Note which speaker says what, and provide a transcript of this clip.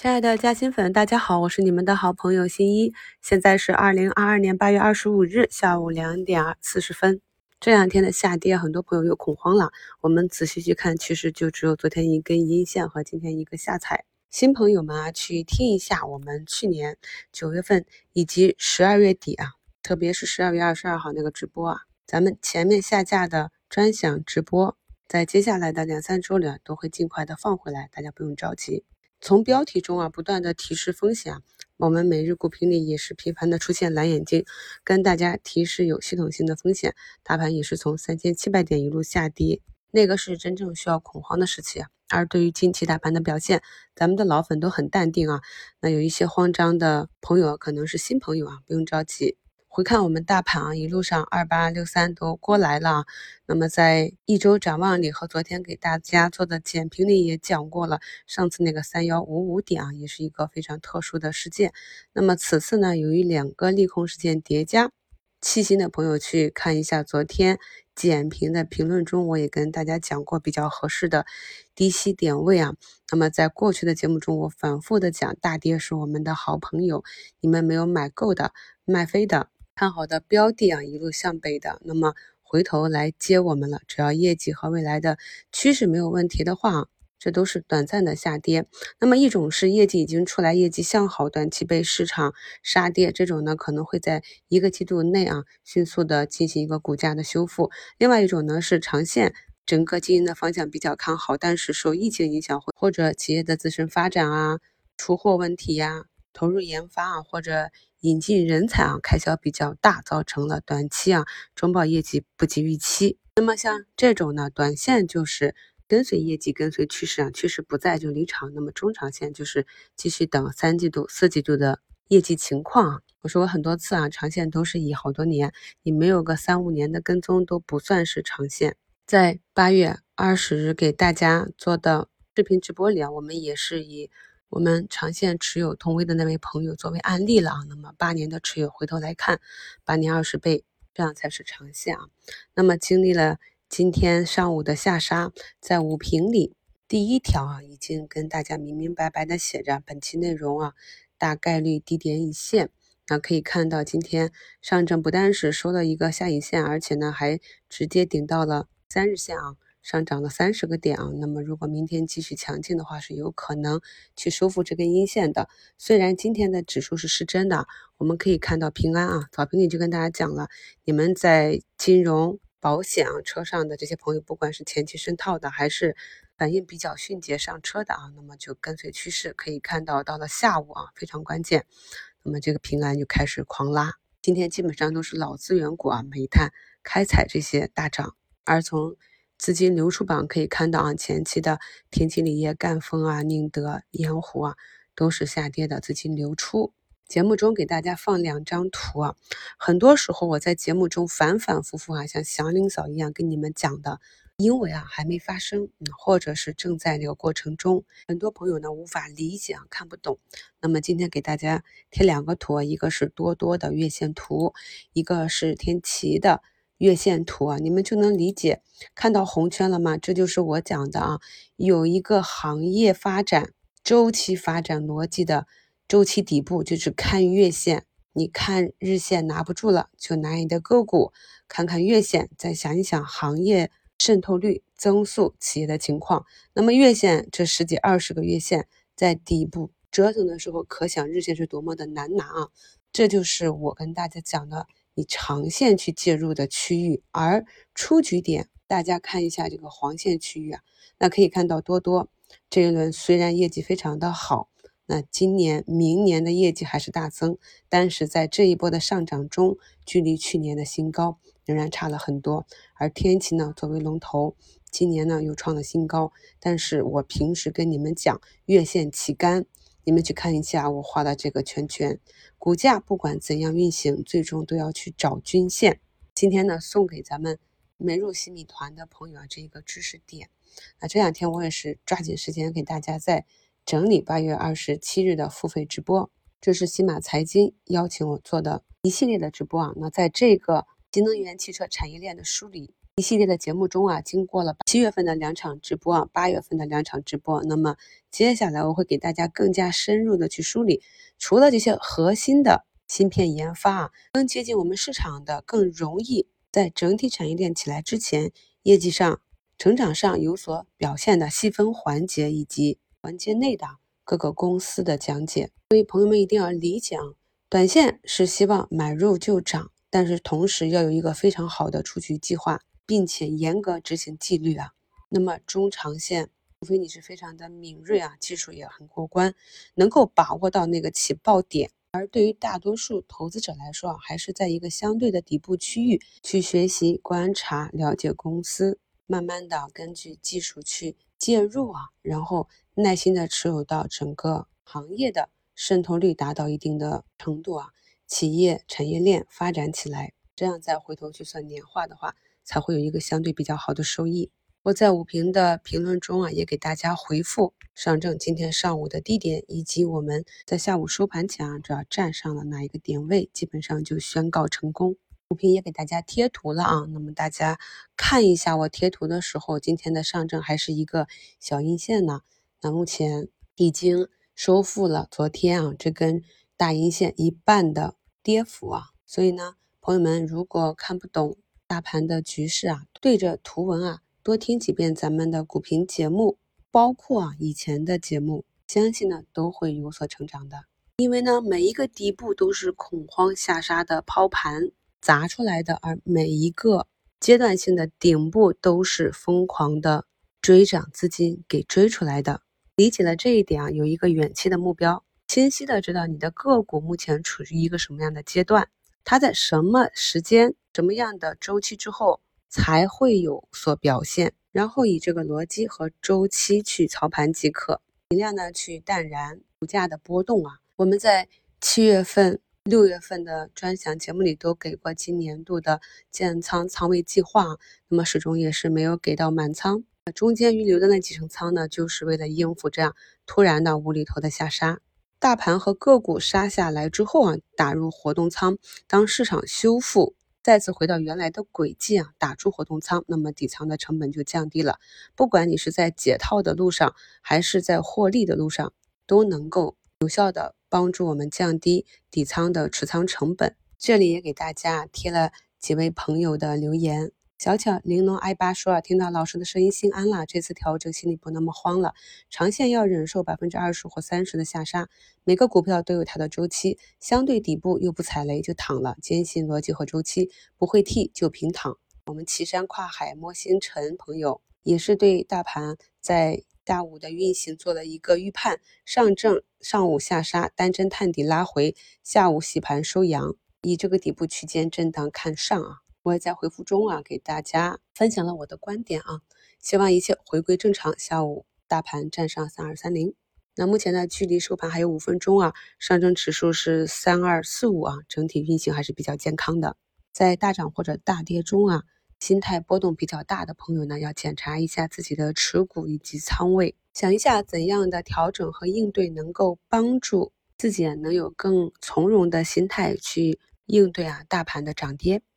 Speaker 1: 亲爱的嘉兴粉，大家好，我是你们的好朋友新一。现在是2022年8月25日下午2点40分。这两天的下跌，很多朋友又恐慌了。我们仔细去看，其实就只有昨天一根阴线和今天一个下踩。新朋友们啊，去听一下我们去年9月份以及12月底啊，特别是12月22号那个直播啊，咱们前面下架的专享直播，在接下来的2-3周里都会尽快的放回来，大家不用着急。从标题中不断的提示风险，我们每日股评里也是频繁的出现蓝眼睛，跟大家提示有系统性的风险。大盘也是从3700点一路下跌，那个是真正需要恐慌的时期。而对于近期大盘的表现，咱们的老粉都很淡定啊。那有一些慌张的朋友，可能是新朋友不用着急。回看我们大盘一路上2863都过来了。那么在一周展望里和昨天给大家做的简评里也讲过了，上次那个3155点也是一个非常特殊的事件。那么此次呢，由于2个利空事件叠加，细心的朋友去看一下昨天简评的评论中，我也跟大家讲过比较合适的低吸点位那么在过去的节目中，我反复的讲，大跌是我们的好朋友，你们没有买够的、卖飞的、看好的标的一路向北的，那么回头来接我们了。只要业绩和未来的趋势没有问题的话，这都是短暂的下跌。那么一种是业绩已经出来，业绩向好，短期被市场杀跌，这种呢可能会在1个季度内迅速的进行一个股价的修复。另外一种呢是长线整个经营的方向比较看好，但是受疫情影响或者企业的自身发展出货问题投入研发或者引进人才开销比较大，造成了短期中报业绩不及预期。那么像这种呢，短线就是跟随业绩，跟随趋势趋势不在就离场。那么中长线就是继续等3季度、4季度的业绩情况我说过很多次长线都是以好多年，你没有个3-5年的跟踪都不算是长线。在8月20日给大家做的视频直播里我们也是以我们长线持有同威的那位朋友作为案例了那么8年的持有回头来看，8年20倍，这样才是长线那么经历了今天上午的下杀，在午评里第一条已经跟大家明明白白的写着，本期内容大概率低点已现。那可以看到今天上证不单是收了一个下影线，而且呢还直接顶到了3日线上涨了30个点那么如果明天继续强劲的话，是有可能去收复这根阴线的。虽然今天的指数是失真的，我们可以看到平安早评里就跟大家讲了，你们在金融保险车上的这些朋友，不管是前期深套的还是反应比较迅捷上车的那么就跟随趋势。可以看到到了下午非常关键，那么这个平安就开始狂拉，今天基本上都是老资源股煤炭、开采这些大涨。而从资金流出榜可以看到前期的天齐锂业、赣锋宁德、盐湖都是下跌的资金流出。节目中给大家放2张图很多时候我在节目中反反复复像祥林嫂一样跟你们讲的，因为还没发生或者是正在那个过程中，很多朋友呢无法理解看不懂。那么今天给大家贴2个图一个是多多的月线图，一个是天齐的月线图你们就能理解。看到红圈了吗？这就是我讲的有一个行业发展周期发展逻辑的周期底部，就是看月线。你看日线拿不住了，就拿你的个股看看月线，再想一想行业渗透率、增速、企业的情况。那么月线这10几20个月线在底部折腾的时候，可想日线是多么的难拿这就是我跟大家讲的，你长线去介入的区域。而出局点，大家看一下这个黄线区域那可以看到多多这一轮虽然业绩非常的好，那今年明年的业绩还是大增，但是在这一波的上涨中，距离去年的新高仍然差了很多。而天齐呢作为龙头，今年呢又创了新高，但是我平时跟你们讲月线旗杆，你们去看一下我画的这个圈圈，股价不管怎样运行，最终都要去找均线。今天呢送给咱们美入洗米团的朋友这一个知识点这2天我也是抓紧时间给大家在整理8月27日的付费直播，这是喜马财经邀请我做的一系列的直播那在这个新能源汽车产业链的梳理一系列的节目中啊，经过了7月份的2场直播，8月份的2场直播，那么接下来我会给大家更加深入的去梳理，除了这些核心的芯片研发啊，更接近我们市场的，更容易在整体产业链起来之前，业绩上、成长上有所表现的细分环节以及环节内的各个公司的讲解。所以朋友们一定要理解啊，短线是希望买入就涨，但是同时要有一个非常好的出局计划，并且严格执行纪律啊。那么中长线，除非你是非常的敏锐啊，技术也很过关，能够把握到那个起爆点。而对于大多数投资者来说啊，还是在一个相对的底部区域去学习、观察、了解公司，慢慢的根据技术去介入啊，然后耐心的持有到整个行业的渗透率达到一定的程度啊，企业产业链发展起来，这样再回头去算年化的话，才会有一个相对比较好的收益。我在午评的评论中啊，也给大家回复上证今天上午的低点，以及我们在下午收盘前啊，只要站上了哪一个点位，基本上就宣告成功。午评也给大家贴图了啊，那么大家看一下我贴图的时候，今天的上证还是一个小阴线呢，那目前已经收复了昨天啊这根大阴线一半的跌幅啊，所以呢，朋友们如果看不懂大盘的局势啊，对着图文啊多听几遍咱们的股评节目，包括以前的节目，相信呢都会有所成长的。因为呢，每一个底部都是恐慌下杀的抛盘砸出来的，而每一个阶段性的顶部都是疯狂的追涨资金给追出来的。理解了这一点啊，有一个远期的目标，清晰的知道你的个股目前处于一个什么样的阶段，它在什么时间、什么样的周期之后才会有所表现，然后以这个逻辑和周期去操盘即可，尽量呢去淡然股价的波动啊。我们在7月份、6月份的专享节目里都给过今年度的建仓仓位计划，那么始终也是没有给到满仓，中间预留的那几成仓呢，就是为了应付这样突然的无厘头的下杀。大盘和个股杀下来之后啊，打入活动仓，当市场修复再次回到原来的轨迹啊，打出活动仓，那么底仓的成本就降低了。不管你是在解套的路上，还是在获利的路上，都能够有效的帮助我们降低底仓的持仓成本。这里也给大家贴了几位朋友的留言。小巧玲珑i8说听到老师的声音心安了，这次调整心里不那么慌了。长线要忍受20%或30%的下杀，每个股票都有它的周期，相对底部又不踩雷就躺了，坚信逻辑和周期，不会替就平躺。我们岐山跨海摸星辰朋友也是对大盘在下午的运行做了一个预判，上证上午下杀，单针探底拉回，下午洗盘收阳，以这个底部区间震荡看上啊。我也在回复中啊给大家分享了我的观点啊，希望一切回归正常。下午大盘站上3230，那目前呢距离收盘还有5分钟啊，上证指数是3245啊，整体运行还是比较健康的。在大涨或者大跌中啊，心态波动比较大的朋友呢，要检查一下自己的持股以及仓位，想一下怎样的调整和应对能够帮助自己能有更从容的心态去应对大盘的涨跌。